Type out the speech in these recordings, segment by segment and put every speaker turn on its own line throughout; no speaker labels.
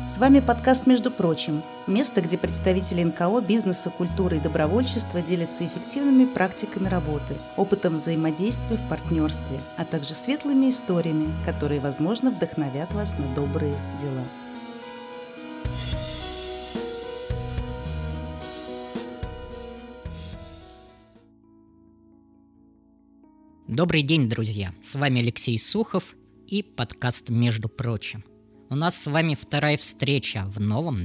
С вами подкаст «Между прочим» – место, где представители НКО, бизнеса, культуры и добровольчества делятся эффективными практиками работы, опытом взаимодействия в партнерстве, а также светлыми историями, которые, возможно, вдохновят вас на добрые дела.
Добрый день, друзья! С вами Алексей Сухов и подкаст «Между прочим». У нас с вами вторая встреча в новом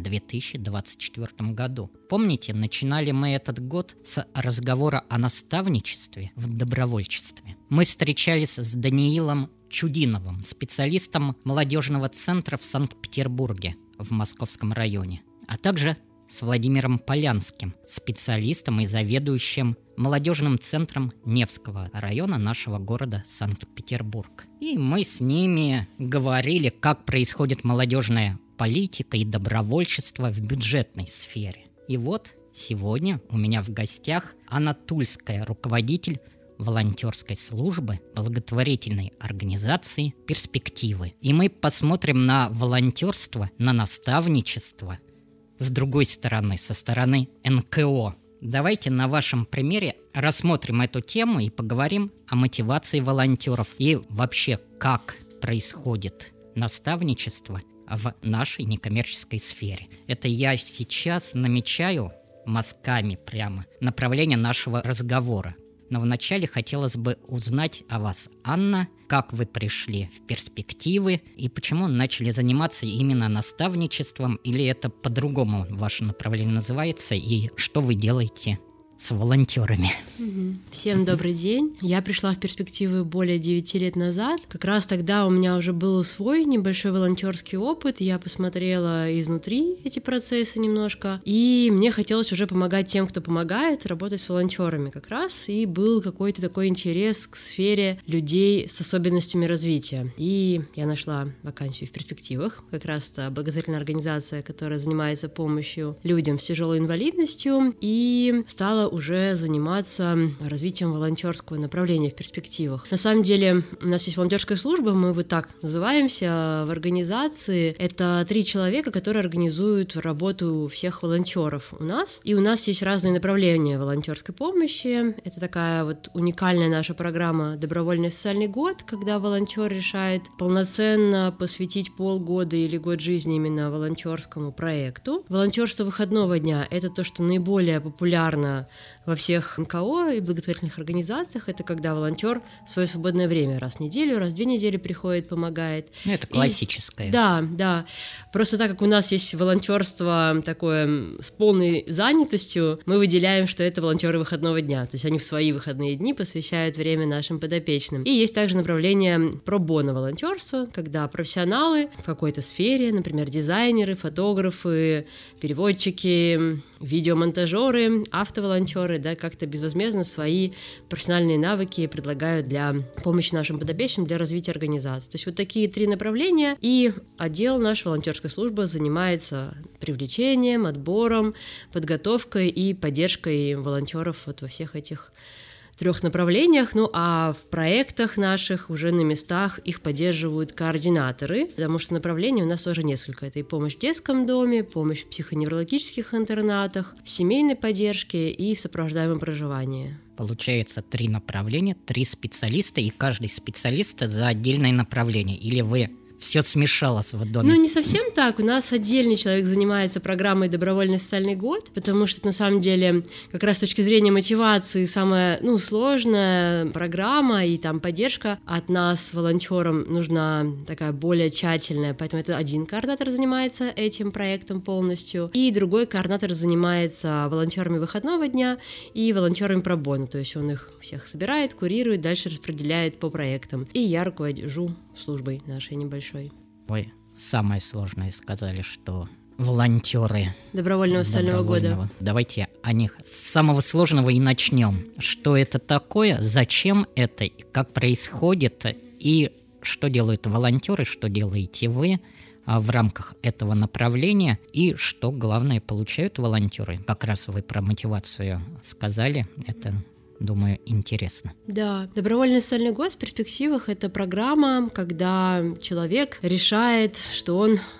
2024 году. Помните, начинали мы этот год с разговора о наставничестве в добровольчестве. Мы встречались с Даниилом Чудиновым, специалистом молодежного центра в Санкт-Петербурге в Московском районе, а также с Владимиром Полянским, специалистом и заведующим молодежным центром Невского района нашего города Санкт-Петербург. И мы с ними говорили, как происходит молодежная политика и добровольчество в бюджетной сфере. И вот сегодня у меня в гостях Анна Тульская, руководитель волонтерской службы благотворительной организации «Перспективы». И мы посмотрим на волонтерство, на наставничество с другой стороны, со стороны НКО. Давайте на вашем примере рассмотрим эту тему и поговорим о мотивации волонтеров и вообще, как происходит наставничество в нашей некоммерческой сфере. Это я сейчас намечаю мазками прямо направление нашего разговора. Но вначале хотелось бы узнать о вас, Анна, как вы пришли в «Перспективы» и почему начали заниматься именно наставничеством, или это по-другому ваше направление называется, и что вы делаете с волонтерами.
Всем добрый день. Я пришла в «Перспективы» более 9 лет назад. Как раз тогда у меня уже был свой небольшой волонтерский опыт. Я посмотрела изнутри эти процессы немножко. И мне хотелось уже помогать тем, кто помогает, работать с волонтерами как раз. И был какой-то такой интерес к сфере людей с особенностями развития. И я нашла вакансию в «Перспективах». Как раз это благотворительная организация, которая занимается помощью людям с тяжелой инвалидностью. И стала уже заниматься развитием волонтерского направления в «Перспективах». На самом деле у нас есть волонтерская служба, мы вот так называемся в организации. Это 3 человека, которые организуют работу всех волонтеров у нас. И у нас есть разные направления волонтерской помощи. Это такая вот уникальная наша программа «Добровольный социальный год», когда волонтер решает полноценно посвятить полгода или год жизни именно волонтерскому проекту. Волонтерство выходного дня — это то, что наиболее популярно во всех НКО и благотворительных организациях. Это когда волонтер в свое свободное время раз в неделю, раз в 2 недели приходит, помогает.
Ну, это классическое.
Да. Просто так как у нас есть волонтерство такое с полной занятостью, мы выделяем, что это волонтеры выходного дня. То есть они в свои выходные дни посвящают время нашим подопечным. И есть также направление про-боно волонтерства, когда профессионалы в какой-то сфере, например, дизайнеры, фотографы, переводчики, видеомонтажеры, автоволонтеры, как-то безвозмездно свои профессиональные навыки предлагают для помощи нашим подопечным, для развития организации. То есть вот такие 3 направления, и отдел нашей волонтерской службы занимается привлечением, отбором, подготовкой и поддержкой волонтеров вот во всех этих 3 направлениях. Ну а в проектах наших уже на местах их поддерживают координаторы, потому что направлений у нас тоже несколько. Это и помощь в детском доме, помощь в психоневрологических интернатах, в семейной поддержке и в сопровождаемом проживании.
Получается 3 направления, 3 специалиста, и каждый специалист за отдельное направление. Или вы все смешалось в доме?
Ну, не совсем так. У нас отдельный человек занимается программой «Добровольный социальный год», потому что, на самом деле, как раз с точки зрения мотивации самая сложная программа и там поддержка от нас, волонтерам, нужна такая более тщательная. Поэтому это один координатор занимается этим проектом полностью, и другой координатор занимается волонтерами выходного дня и волонтерами про-боно. То есть он их всех собирает, курирует, дальше распределяет по проектам. И я руковожу службой нашей небольшой.
Вы самое сложное сказали, что волонтеры
добровольного социального года.
Давайте о них с самого сложного и начнем. Что это такое, зачем это, как происходит, и что делают волонтеры, что делаете вы в рамках этого направления, и что, главное, получают волонтеры. Как раз вы про мотивацию сказали, это Думаю, интересно.
Да, добровольный социальный год в перспективах — это программа, когда человек решает, что он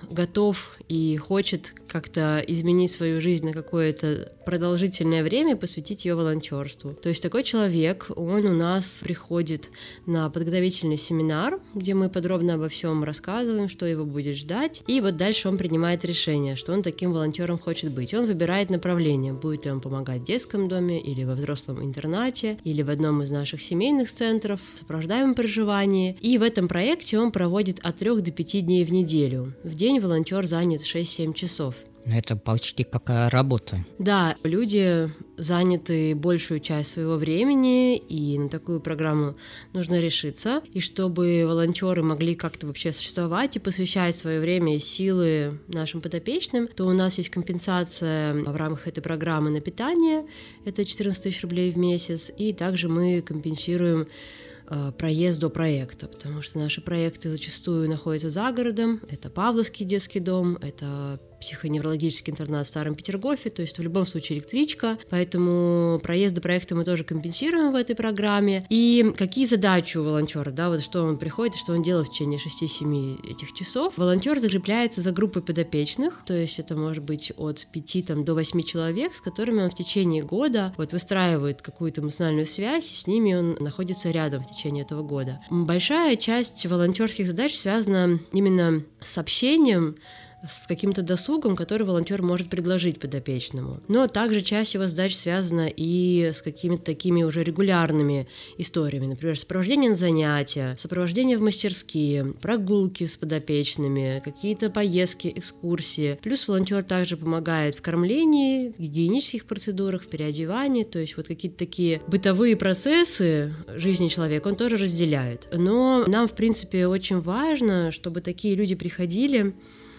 готов и хочет как-то изменить свою жизнь на какое-то продолжительное время и посвятить ее волонтерству. То есть такой человек, он у нас приходит на подготовительный семинар, где мы подробно обо всем рассказываем, что его будет ждать, и вот дальше он принимает решение, что он таким волонтером хочет быть. Он выбирает направление, будет ли он помогать в детском доме, или во взрослом интернате, или в одном из наших семейных центров, в сопровождаемом проживании. И в этом проекте он проводит от 3 до 5 дней в неделю. В день волонтер занят 6-7 часов.
Это почти какая работа.
Да, люди заняты большую часть своего времени, и на такую программу нужно решиться. И чтобы волонтеры могли как-то вообще существовать и посвящать свое время и силы нашим подопечным, то у нас есть компенсация в рамках этой программы на питание, это 14 тысяч рублей в месяц, и также мы компенсируем проезд до проекта, потому что наши проекты зачастую находятся за городом. Это Павловский детский дом, это психоневрологический интернат в Старом Петергофе, то есть в любом случае электричка, поэтому проезд до проекта мы тоже компенсируем в этой программе. И какие задачи у волонтера, да, вот что он приходит, что он делает в течение 6-7 этих часов. Волонтер закрепляется за группой подопечных, то есть это может быть от 5 до 8 человек, с которыми он в течение года вот выстраивает какую-то эмоциональную связь, и с ними он находится рядом в течение этого года. Большая часть волонтерских задач связана именно с общением, с каким-то досугом, который волонтер может предложить подопечному. Но также часть его задач связана и с какими-то такими уже регулярными историями, например, сопровождение на занятия, сопровождение в мастерские, прогулки с подопечными, какие-то поездки, экскурсии. Плюс волонтер также помогает в кормлении, в гигиенических процедурах, в переодевании, то есть вот какие-то такие бытовые процессы жизни человека он тоже разделяет. Но нам, в принципе, очень важно, чтобы такие люди приходили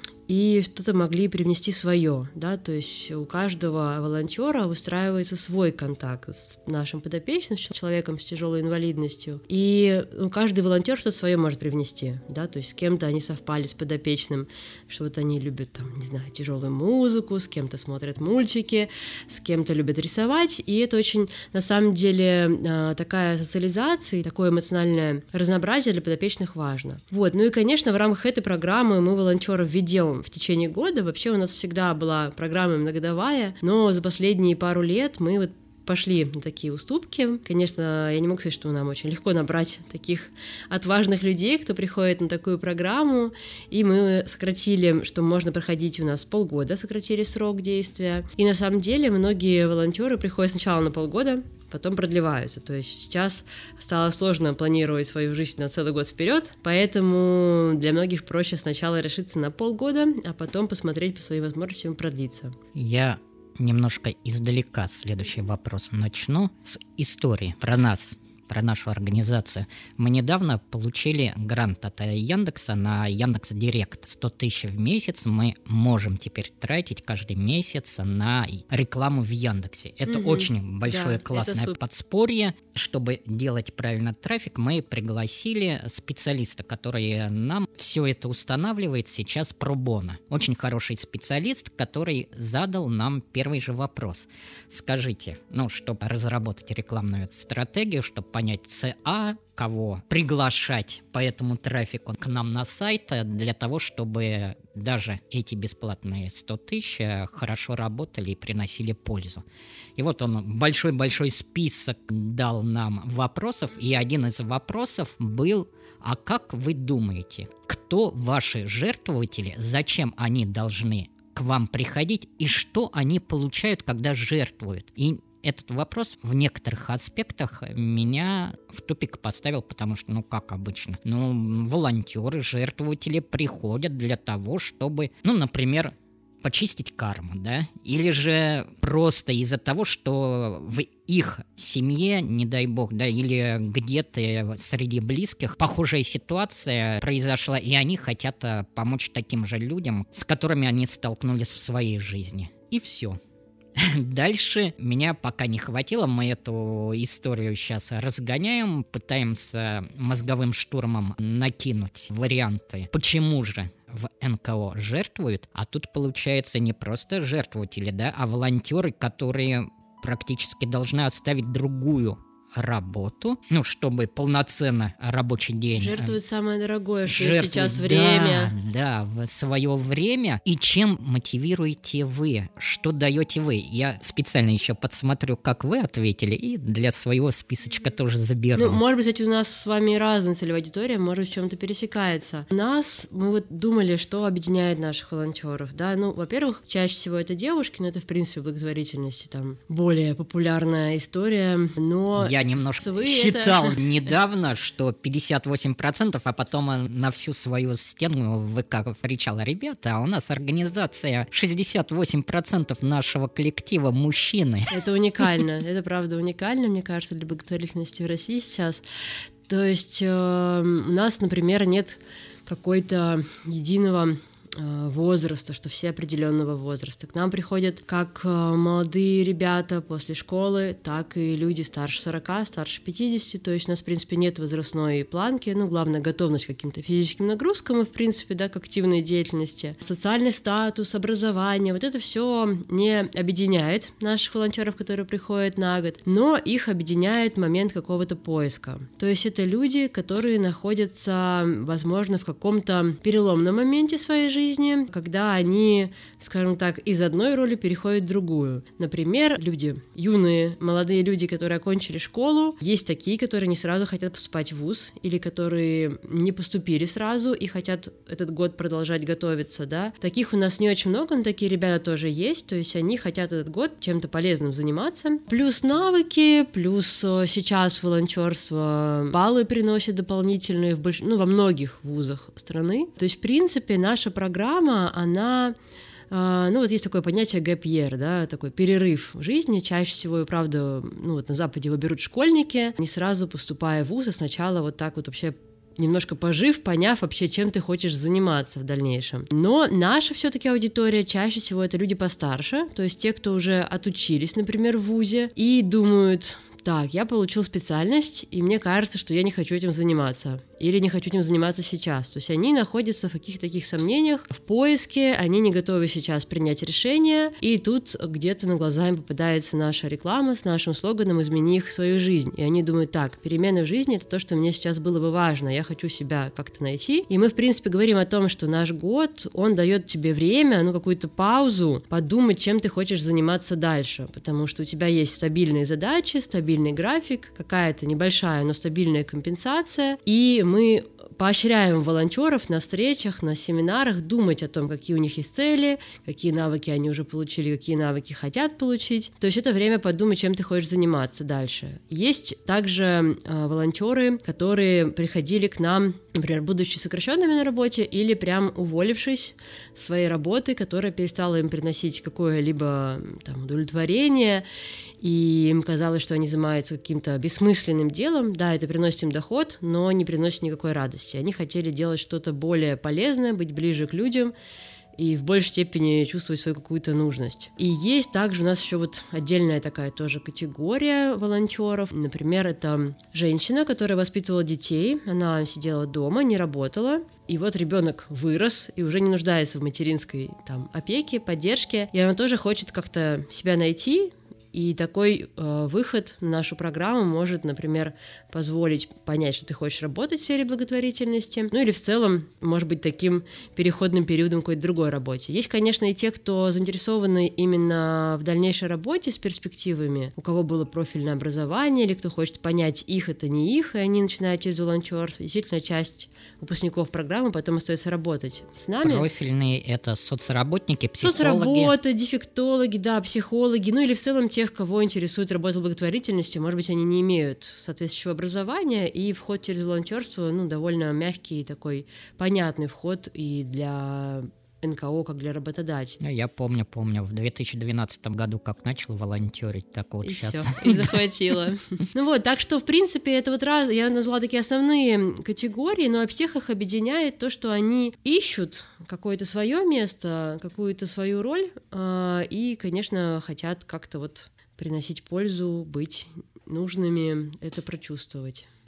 и что-то могли привнести свое, да, то есть у каждого волонтера выстраивается свой контакт с нашим подопечным, с человеком с тяжелой инвалидностью, и каждый волонтер что-то свое может привнести, да, то есть с кем-то они совпали с подопечным, что вот они любят, там, не знаю, тяжелую музыку, с кем-то смотрят мультики, с кем-то любят рисовать, и это очень, на самом деле, такая социализация и такое эмоциональное разнообразие для подопечных важно. Вот, ну и, конечно, в рамках этой программы мы волонтеров ведем в течение года. Вообще у нас всегда была программа многодовая, но за последние пару лет мы вот пошли на такие уступки. Конечно, я не могу сказать, что нам очень легко набрать таких отважных людей, кто приходит на такую программу, и мы сократили, что можно проходить у нас полгода, сократили срок действия. И на самом деле многие волонтеры приходят сначала на полгода, потом продлеваются. То есть сейчас стало сложно планировать свою жизнь на целый год вперед, поэтому для многих проще сначала решиться на полгода, а потом посмотреть по своим возможностям продлиться.
Я немножко издалека следующий вопрос начну с истории про нас, про нашу организацию. Мы недавно получили грант от Яндекса на Яндекс.Директ. 100 тысяч в месяц мы можем теперь тратить каждый месяц на рекламу в Яндексе. Это очень большое, классное подспорье. Чтобы делать правильно трафик, мы пригласили специалиста, который нам все это устанавливает сейчас про-боно. Очень хороший специалист, который задал нам первый же вопрос. Скажите, чтобы разработать рекламную стратегию, чтобы понять ЦА, кого приглашать по этому трафику к нам на сайт, для того, чтобы даже эти бесплатные 100 тысяч хорошо работали и приносили пользу. И вот он большой-большой список дал нам вопросов, и один из вопросов был: а как вы думаете, кто ваши жертвователи, зачем они должны к вам приходить и что они получают, когда жертвуют? И этот вопрос в некоторых аспектах меня в тупик поставил, потому что, как обычно, волонтеры, жертвователи приходят для того, чтобы, например, почистить карму, да, или же просто из-за того, что в их семье, не дай бог, да, или где-то среди близких похожая ситуация произошла, и они хотят помочь таким же людям, с которыми они столкнулись в своей жизни. И все. Дальше меня пока не хватило, мы эту историю сейчас разгоняем, пытаемся мозговым штурмом накинуть варианты, почему же в НКО жертвуют, а тут получается не просто жертвователи, да, а волонтеры, которые практически должны оставить другую работу, чтобы полноценно рабочий день.
Жертвовать самое дорогое, что есть сейчас время.
Да, в свое время. И чем мотивируете вы? Что даете вы? Я специально еще подсмотрю, как вы ответили, и для своего списочка тоже заберу.
Может быть, кстати, у нас с вами разная целевая аудитория, может быть, в чем-то пересекается. Мы думали, что объединяет наших волонтеров. Да? Во-первых, чаще всего это девушки, но это, в принципе, в благотворительности там более популярная история, но...
Я немножко считал недавно, что 58%, а потом на всю свою стену в ВК кричала: ребята, а у нас организация 68% нашего коллектива мужчины.
Это уникально, это правда уникально, мне кажется, для благотворительности в России сейчас. То есть у нас, например, нет какой-то единого возраста, что все определенного возраста. К нам приходят как молодые ребята после школы, так и люди старше 40, старше 50, то есть у нас, в принципе, нет возрастной планки, главное, готовность к каким-то физическим нагрузкам и, в принципе, к активной деятельности. Социальный статус, образование, вот это все не объединяет наших волонтеров, которые приходят на год, но их объединяет момент какого-то поиска. То есть это люди, которые находятся, возможно, в каком-то переломном моменте своей жизни, когда они, скажем так, из одной роли переходят в другую. Например, юные, молодые люди, которые окончили школу, есть такие, которые не сразу хотят поступать в вуз, или которые не поступили сразу и хотят этот год продолжать готовиться, да. Таких у нас не очень много, но такие ребята тоже есть, то есть они хотят этот год чем-то полезным заниматься. Плюс навыки, плюс сейчас волонтерство баллы приносит дополнительные во многих вузах страны. То есть, в принципе, наша программа, она, есть такое понятие gap year, да, такой перерыв в жизни. Чаще всего, правда, на Западе его берут школьники, не сразу поступая в вуз, а сначала вот так вот вообще немножко пожив, поняв вообще, чем ты хочешь заниматься в дальнейшем. Но наша все-таки аудитория чаще всего это люди постарше, то есть те, кто уже отучились, например, в вузе, и думают: так, я получил специальность, и мне кажется, что я не хочу этим заниматься. Или не хочу этим заниматься сейчас. То есть они находятся в каких-то таких сомнениях, в поиске, они не готовы сейчас принять решение, и тут где-то на глаза им попадается наша реклама с нашим слоганом «Измени их свою жизнь». И они думают: так, перемены в жизни — это то, что мне сейчас было бы важно, я хочу себя как-то найти. И мы, в принципе, говорим о том, что наш год, он дает тебе время, какую-то паузу, подумать, чем ты хочешь заниматься дальше, потому что у тебя есть стабильные задачи, стабильный график, какая-то небольшая, но стабильная компенсация, и мы поощряем волонтеров на встречах, на семинарах думать о том, какие у них есть цели, какие навыки они уже получили, какие навыки хотят получить. То есть это время подумать, чем ты хочешь заниматься дальше. Есть также волонтеры, которые приходили к нам, например, будучи сокращенными на работе или прям уволившись с своей работы, которая перестала им приносить какое-либо удовлетворение, и им казалось, что они занимаются каким-то бессмысленным делом. Да, это приносит им доход, но не приносит никакой радости. Они хотели делать что-то более полезное, быть ближе к людям и в большей степени чувствовать свою какую-то нужность. И есть также у нас еще отдельная такая тоже категория волонтеров. Например, это женщина, которая воспитывала детей. Она сидела дома, не работала. И ребенок вырос и уже не нуждается в материнской опеке, поддержке. И она тоже хочет как-то себя найти. И такой выход на нашу программу может, например, позволить понять, что ты хочешь работать в сфере благотворительности, или в целом, может быть, таким переходным периодом к какой-то другой работе. Есть, конечно, и те, кто заинтересованы именно в дальнейшей работе с перспективами, у кого было профильное образование, или кто хочет понять, их это не их, и они начинают через волонтерство. Действительно, часть выпускников программы потом остается работать с нами.
Профильные — это соцработники, психологи.
Соцработа, дефектологи, да, психологи, или в целом тех, кого интересует работа в благотворительности, может быть, они не имеют соответствующего образования, и вход через волонтерство, довольно мягкий, такой понятный вход и для НКО, как для работодателя.
Я помню, в 2012 году, как начал волонтерить, так вот
и
сейчас.
Всё, и захватило. Так что, в принципе, это раз, я назвала такие основные категории, но всех их объединяет то, что они ищут какое-то свое место, какую-то свою роль, и, конечно, хотят как-то приносить пользу, быть нужными, это прочувствовать.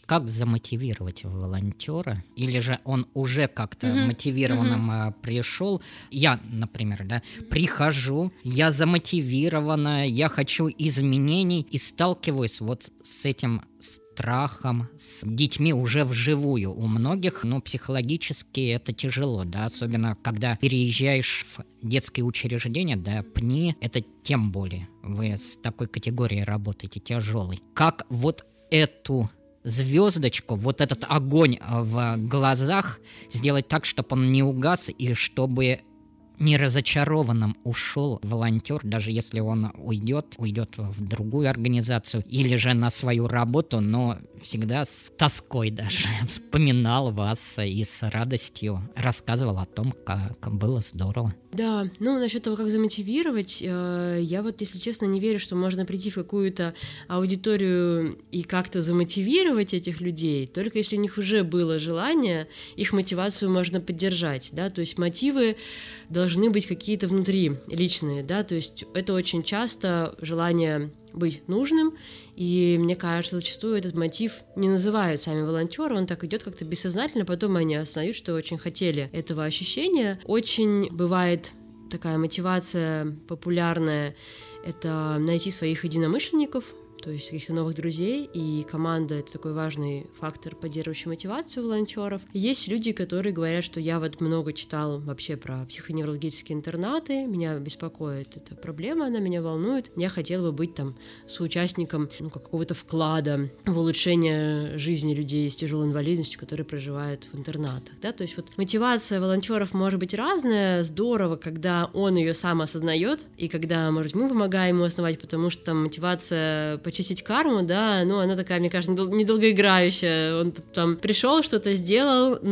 как замотивировать волонтера? Или же он уже как-то мотивированным пришел? Я, например, прихожу, я замотивирована, я хочу изменений и сталкиваюсь вот с этим страхом, с детьми уже вживую. У многих, психологически это тяжело, особенно когда переезжаешь в детские учреждения, ПНИ, это тем более. Вы с такой категорией работаете, тяжелый. Как вот эту звездочку, вот этот огонь в глазах сделать так, чтобы он не угас и чтобы не разочарованным ушел волонтер, даже если он уйдет в другую организацию или же на свою работу, но всегда с тоской даже вспоминал вас и с радостью рассказывал о том, как было здорово.
Да, насчет того, как замотивировать, я вот, если честно, не верю, что можно прийти в какую-то аудиторию и как-то замотивировать этих людей, только если у них уже было желание, их мотивацию можно поддержать, то есть мотивы должны быть какие-то внутри, личные, то есть это очень часто желание быть нужным, и мне кажется, зачастую этот мотив не называют сами волонтеры, он так идет как-то бессознательно, потом они осознают, что очень хотели этого ощущения. Очень бывает такая мотивация популярная, это найти своих единомышленников, то есть каких-то новых друзей, и команда — это такой важный фактор, поддерживающий мотивацию волонтеров. Есть люди, которые говорят, что я вот много читал вообще про психоневрологические интернаты, меня беспокоит эта проблема, она меня волнует, я хотела бы быть там соучастником какого-то вклада в улучшение жизни людей с тяжелой инвалидностью, которые проживают в интернатах, то есть вот мотивация волонтеров может быть разная, здорово, когда он ее сам осознает, и когда, может, мы помогаем ему основать, потому что там мотивация почистить карму, она такая, мне кажется, недолгоиграющая. Он там пришел, что-то сделал,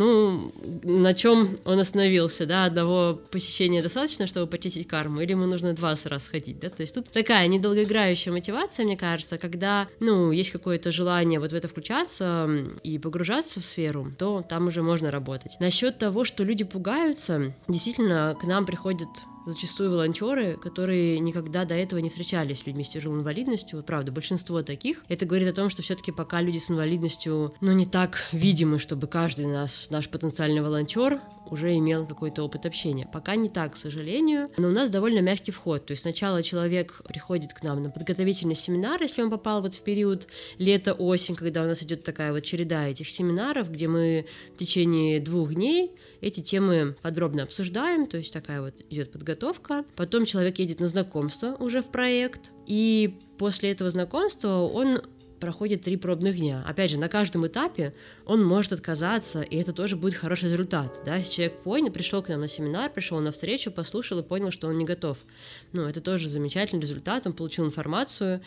на чем он остановился, одного посещения достаточно, чтобы почистить карму, или ему нужно 20 раз ходить, то есть тут такая недолгоиграющая мотивация, мне кажется, когда, есть какое-то желание вот в это включаться и погружаться в сферу, то там уже можно работать. Насчет того, что люди пугаются, действительно, к нам приходят зачастую волонтеры, которые никогда до этого не встречались с людьми с тяжелой инвалидностью. Правда, большинство таких. Это говорит о том, что все-таки пока люди с инвалидностью, не так видимы, чтобы каждый наш потенциальный волонтер уже имел какой-то опыт общения. Пока не так, к сожалению, но у нас довольно мягкий вход. То есть сначала человек приходит к нам на подготовительный семинар, если он попал вот в период лето-осень, когда у нас идет такая вот череда этих семинаров, где мы в течение 2 дней эти темы подробно обсуждаем, то есть такая вот идет подготовка. Потом человек едет на знакомство уже в проект, и после этого знакомства он проходит 3 пробных дня. Опять же, на каждом этапе он может отказаться, и это тоже будет хороший результат. Если человек понял, пришел к нам на семинар, пришел на встречу, послушал и понял, что он не готов. Это тоже замечательный результат, он получил информацию,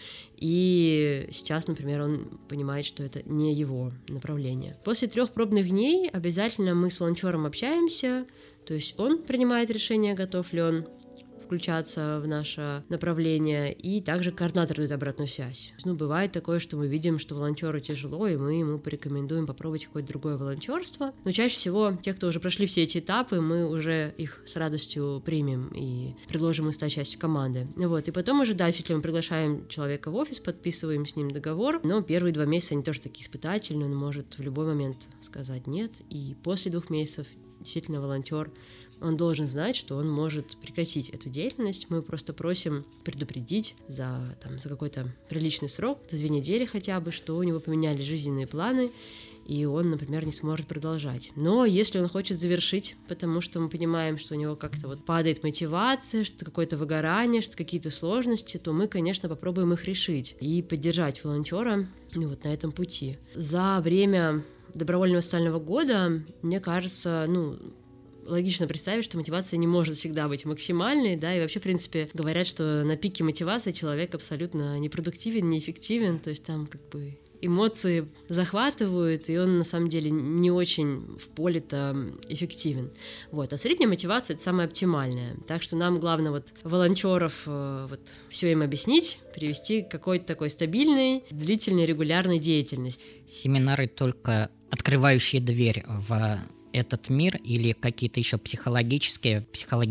и сейчас, например, он понимает, что это не его направление. После 3 пробных дней обязательно мы с волонтером общаемся, то есть он принимает решение, готов ли он включаться в наше направление, и также координатор дает обратную связь. Бывает такое, что мы видим, что волонтеру тяжело, и мы ему порекомендуем попробовать какое-то другое волонтерство. Но чаще всего те, кто уже прошли все эти этапы, мы уже их с радостью примем и предложим им стать частью команды. И потом уже дальше мы приглашаем человека в офис, подписываем с ним договор, но первые 2 месяца они тоже такие испытательные, он может в любой момент сказать нет, и после 2 месяцев действительно волонтер, он должен знать, что он может прекратить эту деятельность. Мы просто просим предупредить за какой-то приличный срок, за 2 недели хотя бы, что у него поменялись жизненные планы, и он, например, не сможет продолжать. Но если он хочет завершить, потому что мы понимаем, что у него как-то падает мотивация, что какое-то выгорание, что какие-то сложности, то мы, конечно, попробуем их решить и поддержать волонтера на этом пути. За время добровольного социального года, мне кажется, логично представить, что мотивация не может всегда быть максимальной, и вообще, в принципе, говорят, что на пике мотивации человек абсолютно непродуктивен, неэффективен, то есть там эмоции захватывают, и он на самом деле не очень в поле-то эффективен. А средняя мотивация — это самая оптимальная. Так что нам главное волонтеров все им объяснить, привести к какой-то такой стабильной, длительной, регулярной деятельности.
Семинары только открывающие дверь в этот мир или какие-то еще психологическая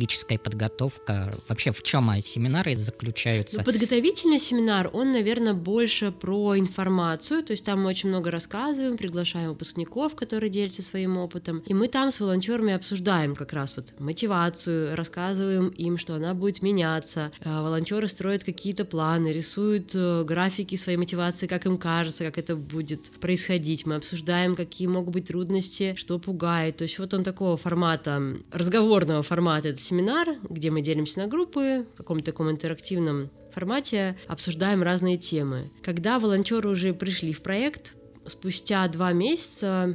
подготовка? Вообще в чем семинары заключаются?
Подготовительный семинар, он, наверное, больше про информацию, то есть там мы очень много рассказываем, приглашаем выпускников, которые делятся своим опытом, и мы там с волонтерами обсуждаем как раз вот мотивацию, рассказываем им, что она будет меняться, волонтеры строят какие-то планы, рисуют графики своей мотивации, как им кажется, как это будет происходить, мы обсуждаем, какие могут быть трудности, что пугает, то есть вот он такого формата, разговорного формата, это семинар, где мы делимся на группы в каком-то таком интерактивном формате, обсуждаем разные темы. Когда волонтеры уже пришли в проект, спустя 2 месяца,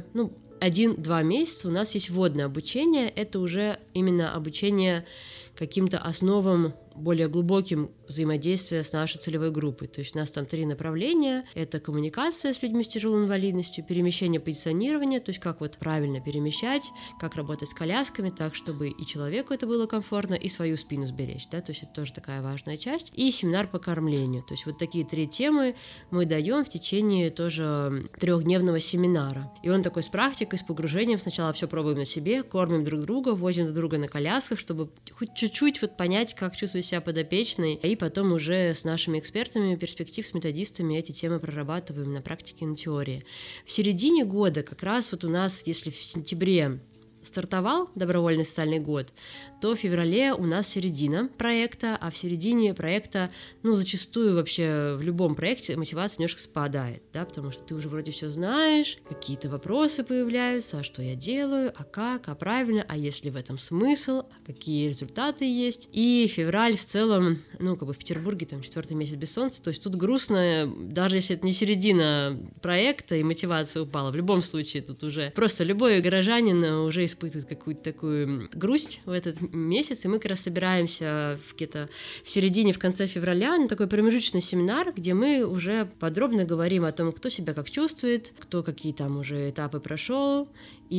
1-2 месяца у нас есть вводное обучение, это уже именно обучение каким-то основам более глубоким взаимодействия с нашей целевой группой. То есть у нас там 3 направления. Это коммуникация с людьми с тяжелой инвалидностью, перемещение, позиционирование, то есть как вот правильно перемещать, как работать с колясками так, чтобы и человеку это было комфортно, и свою спину сберечь, да, то есть это тоже такая важная часть. И семинар по кормлению. То есть вот такие 3 темы мы даем в течение тоже 3-дневного семинара. И он такой с практикой, с погружением. Сначала все пробуем на себе, кормим друг друга, возим друг друга на колясках, чтобы хоть чуть-чуть вот понять, как чувствует себя подопечный, и потом уже с нашими экспертами, перспектив, с методистами эти темы прорабатываем на практике и на теории. В середине года как раз вот у нас, если в сентябре стартовал добровольный социальный год, то в феврале у нас середина проекта, а в середине проекта, зачастую вообще в любом проекте мотивация немножко спадает, да, потому что ты уже вроде все знаешь, какие-то вопросы появляются, а что я делаю, а как, а правильно, а есть ли в этом смысл, а какие результаты есть. И февраль в целом, в Петербурге там 4-й месяц без солнца, то есть тут грустно, даже если это не середина проекта и мотивация упала, в любом случае тут уже просто любой горожанин уже испытывает какую-то такую грусть в этот месяц, и мы как раз собираемся где-то в середине, в конце февраля на такой промежуточный семинар, где мы уже подробно говорим о том, кто себя как чувствует, кто какие там уже этапы прошел,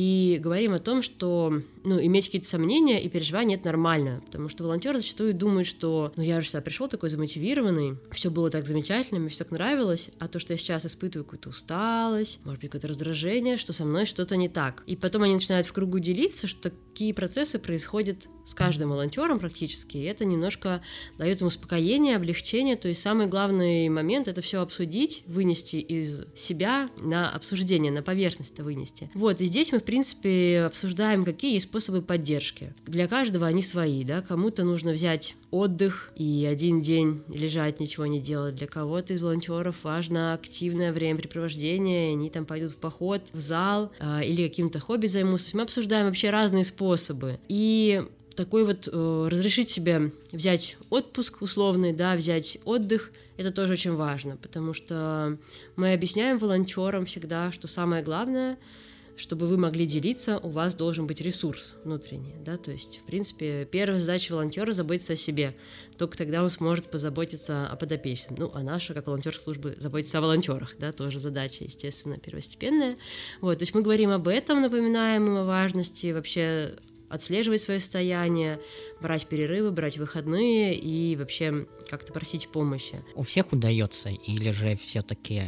и говорим о том, что иметь какие-то сомнения и переживания — это нормально, потому что волонтеры зачастую думают, что я же сюда пришел такой замотивированный, все было так замечательно, мне все так нравилось, а то, что я сейчас испытываю какую-то усталость, может быть, какое-то раздражение, что со мной что-то не так. И потом они начинают в кругу делиться, что такие процессы происходят с каждым волонтером практически, и это немножко дает им успокоение, облегчение, то есть самый главный момент — это все обсудить, вынести из себя на обсуждение, на поверхность это вынести. Вот, и здесь мы, в принципе, обсуждаем, какие есть способы поддержки. Для каждого они свои, да, кому-то нужно взять отдых и 1 день лежать, ничего не делать. Для кого-то из волонтеров важно активное времяпрепровождение, они там пойдут в поход, в зал или каким-то хобби займутся. Мы обсуждаем вообще разные способы. И такой вот разрешить себе взять отпуск условный, да, взять отдых, это тоже очень важно, потому что мы объясняем волонтерам всегда, что самое главное, чтобы вы могли делиться, у вас должен быть ресурс внутренний, да, то есть, в принципе, первая задача волонтера — заботиться о себе, только тогда он сможет позаботиться о подопечном, а наша, как волонтерской службы, заботиться о волонтерах, да, тоже задача, естественно, первостепенная, вот, то есть мы говорим об этом, напоминаем им о важности вообще отслеживать свое состояние, брать перерывы, брать выходные и вообще как-то просить помощи.
У всех удается, или же все-таки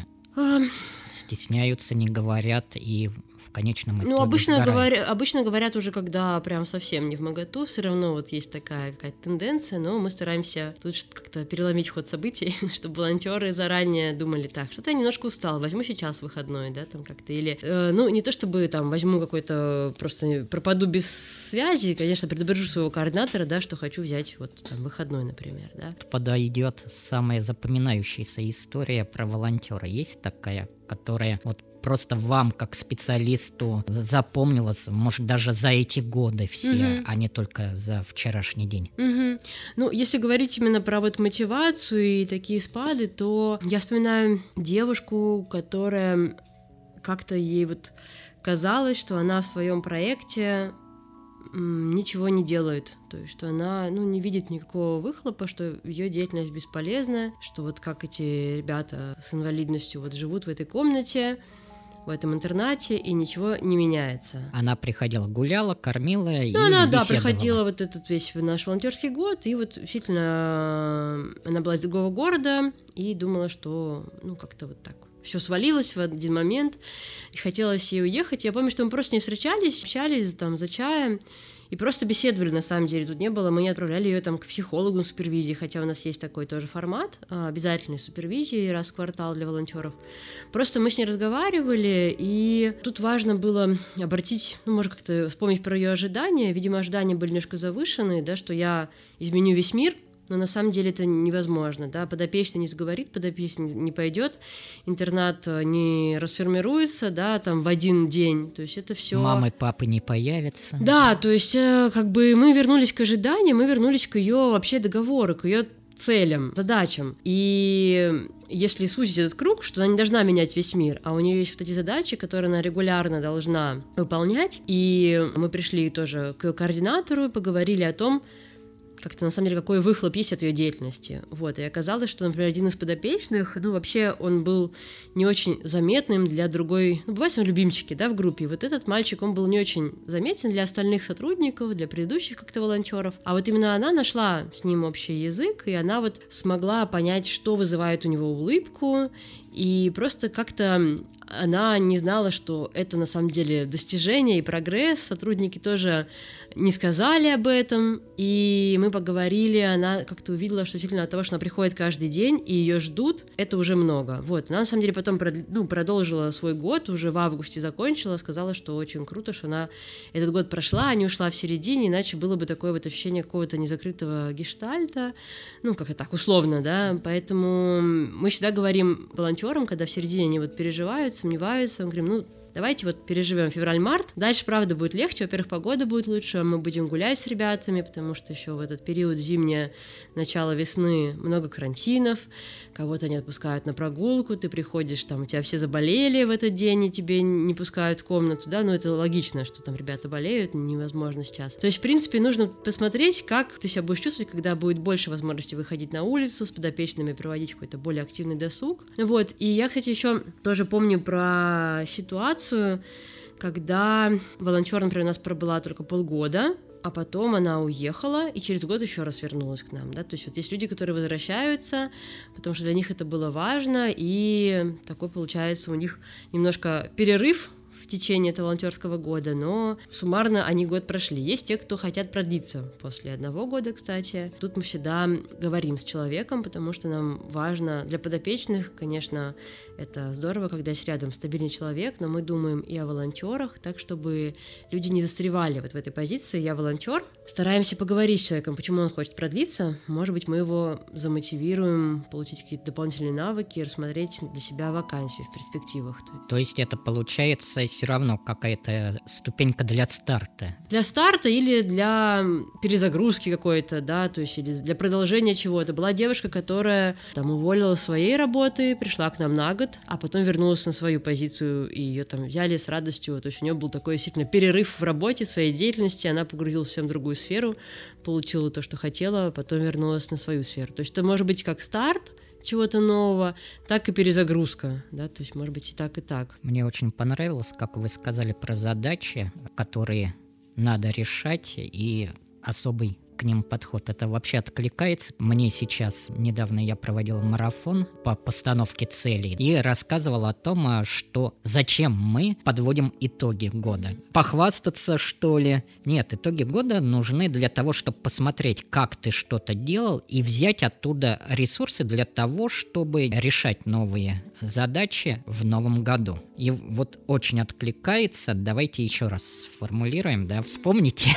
стесняются, не говорят и в конечном итоге
обычно говорят уже, когда прям совсем не вмоготу, все равно вот есть такая какая-то тенденция, но мы стараемся тут как-то переломить ход событий, чтобы волонтеры заранее думали: так, что-то я немножко устал, возьму сейчас выходной, да, там как-то, или, не то чтобы там возьму какой-то, просто пропаду без связи, конечно, предупрежу своего координатора, да, что хочу взять вот там выходной, например, да.
Подойдет самая запоминающаяся история про волонтера. Есть такая, которая вот просто вам, как специалисту, запомнилось, может, даже за эти годы все, а не только за вчерашний день?
Если говорить именно про вот мотивацию и такие спады, то я вспоминаю девушку, которая как-то ей вот казалось, что она в своем проекте ничего не делает, то есть что она не видит никакого выхлопа, что ее деятельность бесполезна, что вот как эти ребята с инвалидностью вот живут в этой комнате, в этом интернате, и ничего не меняется.
Она приходила, гуляла, кормила и беседовала.
Да, приходила вот этот весь наш волонтерский год, и вот действительно она была из другого города и думала, что как-то вот так все свалилось в один момент, и хотелось ей уехать. Я помню, что мы просто не встречались, общались там за чаем, и просто беседовали, на самом деле, тут не было, мы не отправляли ее там к психологу на супервизии, хотя у нас есть такой тоже формат, обязательной супервизии раз в квартал для волонтеров. Просто мы с ней разговаривали, и тут важно было обратить, может как-то вспомнить про ее ожидания, видимо, ожидания были немножко завышенные, да, что я изменю весь мир, но на самом деле это невозможно, да, подопечный не сговорит, подопечный не пойдет, интернат не расформируется, да, там в один день, то есть это все.
Мамы, папы не появятся.
Да, то есть как бы мы вернулись к ожиданиям, мы вернулись к ее вообще договору, к ее целям, задачам. И если сузить этот круг, что она не должна менять весь мир, а у нее есть вот эти задачи, которые она регулярно должна выполнять, и мы пришли тоже к ее координатору и поговорили о том, как-то, на самом деле, какой выхлоп есть от ее деятельности. Вот, и оказалось, что, например, один из подопечных, вообще он был не очень заметным для другой, бывает, он любимчики, да, в группе, и вот этот мальчик, он был не очень заметен для остальных сотрудников, для предыдущих как-то волонтеров, а вот именно она нашла с ним общий язык, и она вот смогла понять, что вызывает у него улыбку, и просто как-то она не знала, что это на самом деле достижение и прогресс, сотрудники тоже не сказали об этом, и мы поговорили, она как-то увидела, что действительно от того, что она приходит каждый день, и ее ждут, это уже много. Вот, она на самом деле потом продолжила свой год, уже в августе закончила, сказала, что очень круто, что она этот год прошла, а не ушла в середине, иначе было бы такое вот ощущение какого-то незакрытого гештальта, как это так условно, да, поэтому мы всегда говорим волонтерам, когда в середине они вот переживают, сомневаются, мы говорим, давайте вот переживем февраль-март. Дальше, правда, будет легче. Во-первых, погода будет лучше, мы будем гулять с ребятами, потому что еще в этот период зимнее, начало весны, много карантинов, кого-то не отпускают на прогулку, ты приходишь, там у тебя все заболели в этот день, и тебе не пускают в комнату, да, это логично, что там ребята болеют, невозможно сейчас. То есть, в принципе, нужно посмотреть, как ты себя будешь чувствовать, когда будет больше возможности выходить на улицу с подопечными, проводить какой-то более активный досуг. Вот, и я, кстати, еще тоже помню про ситуацию, когда волонтер, например, у нас пробыла только полгода, а потом она уехала и через год еще раз вернулась к нам, да, то есть вот есть люди, которые возвращаются, потому что для них это было важно, и такой получается у них немножко перерыв в течение этого волонтерского года, но суммарно они год прошли. Есть те, кто хотят продлиться после 1 года, кстати. Тут мы всегда говорим с человеком, потому что нам важно для подопечных, конечно, это здорово, когда есть рядом стабильный человек, но мы думаем и о волонтерах, так, чтобы люди не застревали вот в этой позиции. Я волонтер. Стараемся поговорить с человеком, почему он хочет продлиться. Может быть, мы его замотивируем получить какие-то дополнительные навыки, рассмотреть для себя вакансию в перспективах.
То есть это получается все равно какая-то ступенька для старта.
Для старта или для перезагрузки какой-то, да, то есть или для продолжения чего-то. Была девушка, которая там уволилась своей работы, пришла к нам на год, а потом вернулась на свою позицию, и ее там взяли с радостью. То есть у нее был такой действительно перерыв в работе, в своей деятельности, она погрузилась в совсем другую сферу, получила то, что хотела, потом вернулась на свою сферу. То есть это может быть как старт чего-то нового, так и перезагрузка, да, то есть может быть и так, и так.
Мне очень понравилось, как вы сказали про задачи, которые надо решать, и особый к ним подход. Это вообще откликается. Мне сейчас, недавно я проводил марафон по постановке целей и рассказывал о том, что зачем мы подводим итоги года. Похвастаться, что ли? Нет, итоги года нужны для того, чтобы посмотреть, как ты что-то делал, и взять оттуда ресурсы для того, чтобы решать новые задачи в новом году. И вот очень откликается. Давайте еще раз сформулируем, да, вспомните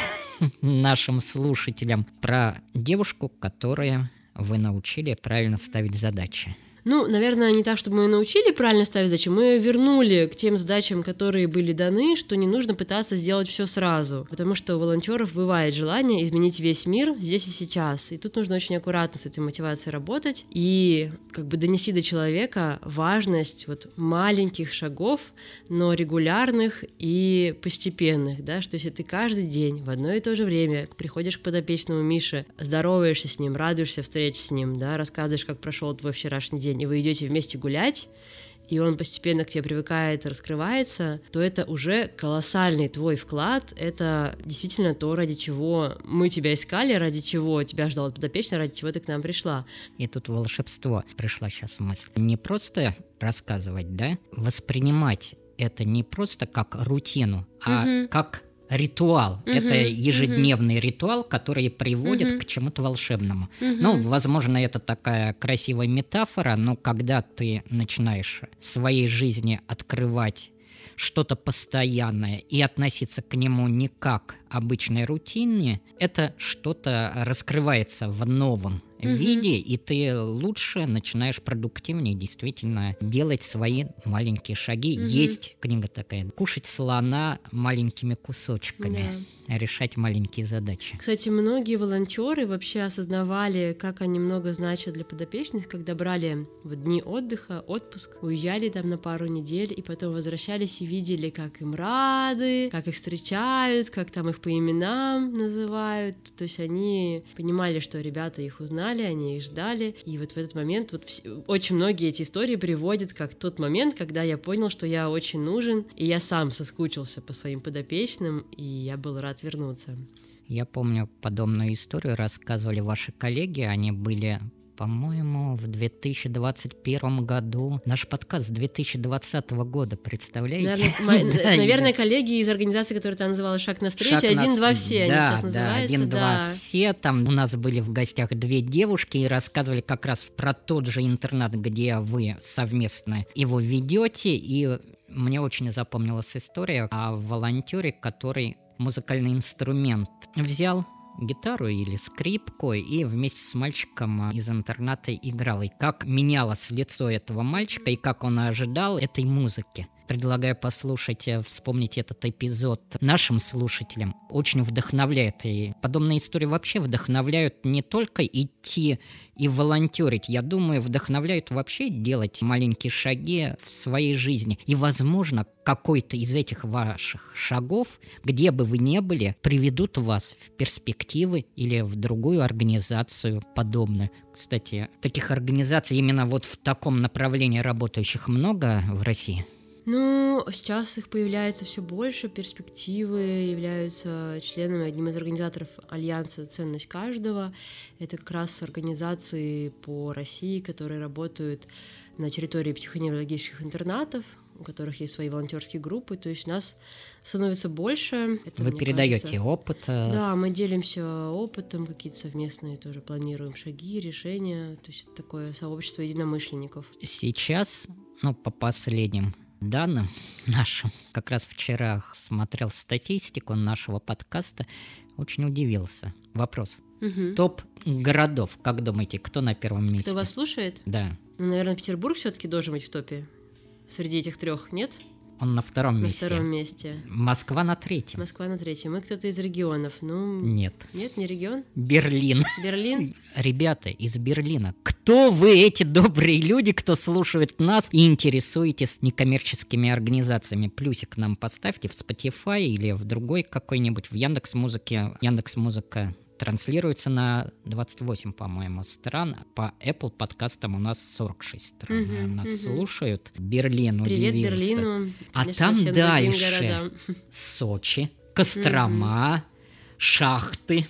нашим слушателям про девушку, которую вы научили правильно ставить задачи.
Наверное, не так, чтобы мы ее научили правильно ставить задачи, мы ее вернули к тем задачам, которые были даны, что не нужно пытаться сделать все сразу, потому что у волонтеров бывает желание изменить весь мир здесь и сейчас, и тут нужно очень аккуратно с этой мотивацией работать и донести до человека важность маленьких шагов, но регулярных и постепенных, да, что если ты каждый день в одно и то же время приходишь к подопечному Мише, здороваешься с ним, радуешься встрече с ним, да, рассказываешь, как прошел твой вчерашний день, и вы идете вместе гулять, и он постепенно к тебе привыкает, раскрывается, то это уже колоссальный твой вклад, это действительно то, ради чего мы тебя искали, ради чего тебя ждал подопечный, ради чего ты к нам пришла.
И тут волшебство. Пришла сейчас мысль. Не просто рассказывать, да? Воспринимать это не просто как рутину, а как ритуал. Это ежедневный ритуал, который приводит к чему-то волшебному. Ну, возможно, это такая красивая метафора, но когда ты начинаешь в своей жизни открывать что-то постоянное и относиться к нему не как обычной рутине, это что-то раскрывается в новом виде, и ты лучше начинаешь продуктивнее действительно делать свои маленькие шаги. Есть книга такая «Кушать слона маленькими кусочками», решать маленькие задачи.
Кстати, многие волонтеры вообще осознавали, как они много значат для подопечных, когда брали в дни отдыха, отпуск, уезжали там на пару недель, и потом возвращались и видели, как им рады, как их встречают, как там их по именам называют. То есть они понимали, что ребята их узнали, они их ждали, и вот в этот момент очень многие эти истории приводят как тот момент, когда я понял, что я очень нужен, и я сам соскучился по своим подопечным, и я был рад вернуться.
Я помню, подобную историю рассказывали ваши коллеги, они были, по-моему, в 2021 году. Наш подкаст с 2020 года, представляете?
Наверное, коллеги из организации, которая ты называла «Шаг навстречу», «Один, два, все», они сейчас называются.
«Один, два, все». Там у нас были в гостях 2 девушки и рассказывали как раз про тот же интернат, где вы совместно его ведете. И мне очень запомнилась история о волонтере, который музыкальный инструмент взял, гитару или скрипку, и вместе с мальчиком из интерната играл. И как менялось лицо этого мальчика, и как он ожидал этой музыки. Предлагаю послушать, вспомнить этот эпизод нашим слушателям. Очень вдохновляет. И подобные истории вообще вдохновляют не только идти и волонтерить. Я думаю, вдохновляют вообще делать маленькие шаги в своей жизни. И, возможно, какой-то из этих ваших шагов, где бы вы ни были, приведут вас в перспективы или в другую организацию подобную. Кстати, таких организаций именно вот в таком направлении работающих много в России?
Ну, сейчас их появляется все больше, перспективы являются членами, одним из организаторов Альянса «Ценность каждого». Это как раз организации по России, которые работают на территории психоневрологических интернатов, у которых есть свои волонтерские группы, то есть нас становится больше. Это,
вы передаете опыт?
Да, мы делимся опытом, какие-то совместные тоже планируем шаги, решения, то есть это такое сообщество единомышленников.
Сейчас, по последним данным нашим, как раз вчера смотрел статистику нашего подкаста, очень удивился. Вопрос. Топ городов, как думаете, кто на первом месте?
Кто вас слушает?
Да.
Наверное, Петербург все-таки должен быть в топе. Среди этих 3, нет?
Он на втором месте.
На втором месте.
Москва на 3.
Москва на 3. Мы кто-то из регионов.
Нет.
Нет, не регион?
Берлин.
Берлин?
Ребята из Берлина, кто вы, эти добрые люди, кто слушает нас и интересуетесь некоммерческими организациями? Плюсик нам поставьте в Spotify или в другой какой-нибудь, в Яндекс.Музыке. Яндекс.Музыка транслируется на 28, по-моему, стран. По Apple подкастам у нас 46 стран. Нас слушают. Берлин
Привет
удивился.
Берлину.
А там дальше Сочи, Кострома, Шахты,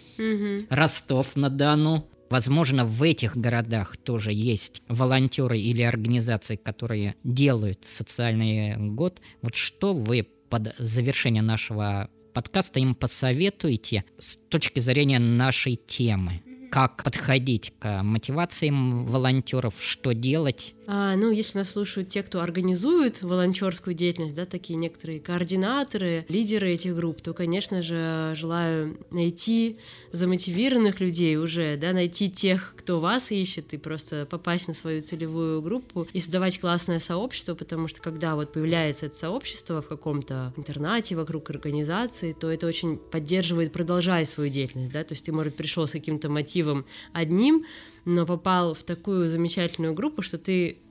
Ростов-на-Дону. Возможно, в этих городах тоже есть волонтеры или организации, которые делают социальный год. Вот что вы под завершение нашего подкаста им посоветуете с точки зрения нашей темы? Как подходить к мотивациям волонтеров, что делать?
Если нас слушают те, кто организует волонтерскую деятельность, да, такие некоторые координаторы, лидеры этих групп, то, конечно же, желаю найти замотивированных людей уже, да, найти тех, кто вас ищет, и просто попасть на свою целевую группу и создавать классное сообщество, потому что когда вот появляется это сообщество в каком-то интернате вокруг организации, то это очень поддерживает, продолжая свою деятельность, да, то есть ты, может, пришел с каким-то мотивом одним, но попал в такую замечательную группу, что ты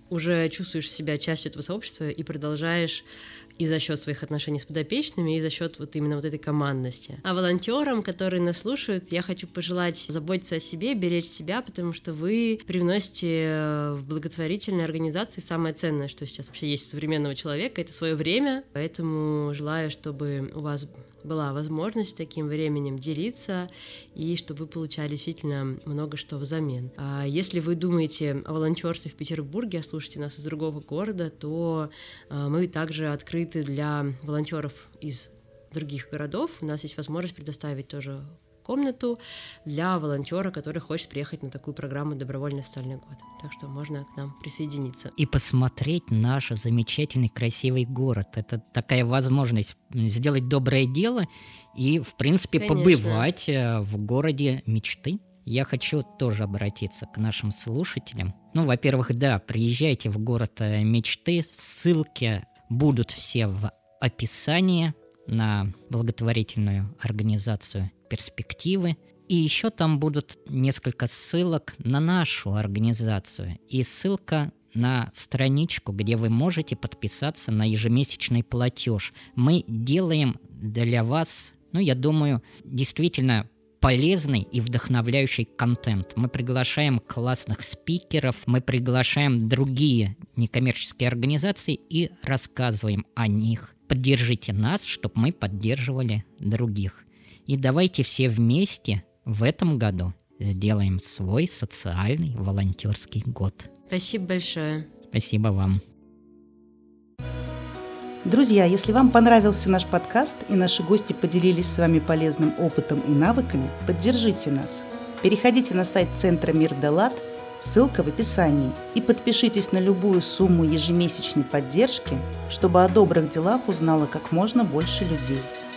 уже чувствуешь себя частью этого сообщества и продолжаешь и за счет своих отношений с подопечными, и за счет вот именно вот этой командности. А волонтерам, которые нас слушают, я хочу пожелать заботиться о себе, беречь себя, потому что вы привносите в благотворительные организации самое ценное, что сейчас вообще есть у современного человека, это свое время. Поэтому желаю, чтобы у вас была возможность таким временем делиться и чтобы вы получали действительно много что взамен. А если вы думаете о волонтерстве в Петербурге, а слушаете нас из другого города, то мы также открыты для волонтеров из других городов. У нас есть возможность предоставить тоже комнату для волонтера, который хочет приехать на такую программу «Добровольный социальный год». Так что можно к нам присоединиться.
И посмотреть наш замечательный, красивый город. Это такая возможность сделать доброе дело и, в принципе,
Конечно.
побывать в городе мечты. Я хочу тоже обратиться к нашим слушателям. Во-первых, да, приезжайте в город мечты. Ссылки будут все в описании на благотворительную организацию «Перспективы». И еще там будут несколько ссылок на нашу организацию и ссылка на страничку, где вы можете подписаться на ежемесячный платеж. Мы делаем для вас, я думаю, действительно полезный и вдохновляющий контент. Мы приглашаем классных спикеров, мы приглашаем другие некоммерческие организации и рассказываем о них. Поддержите нас, чтобы мы поддерживали других. И давайте все вместе в этом году сделаем свой социальный волонтерский год.
Спасибо большое.
Спасибо вам.
Друзья, если вам понравился наш подкаст и наши гости поделились с вами полезным опытом и навыками, поддержите нас. Переходите на сайт Центра Мир Далат, ссылка в описании, и подпишитесь на любую сумму ежемесячной поддержки, чтобы о добрых делах узнало как можно больше людей.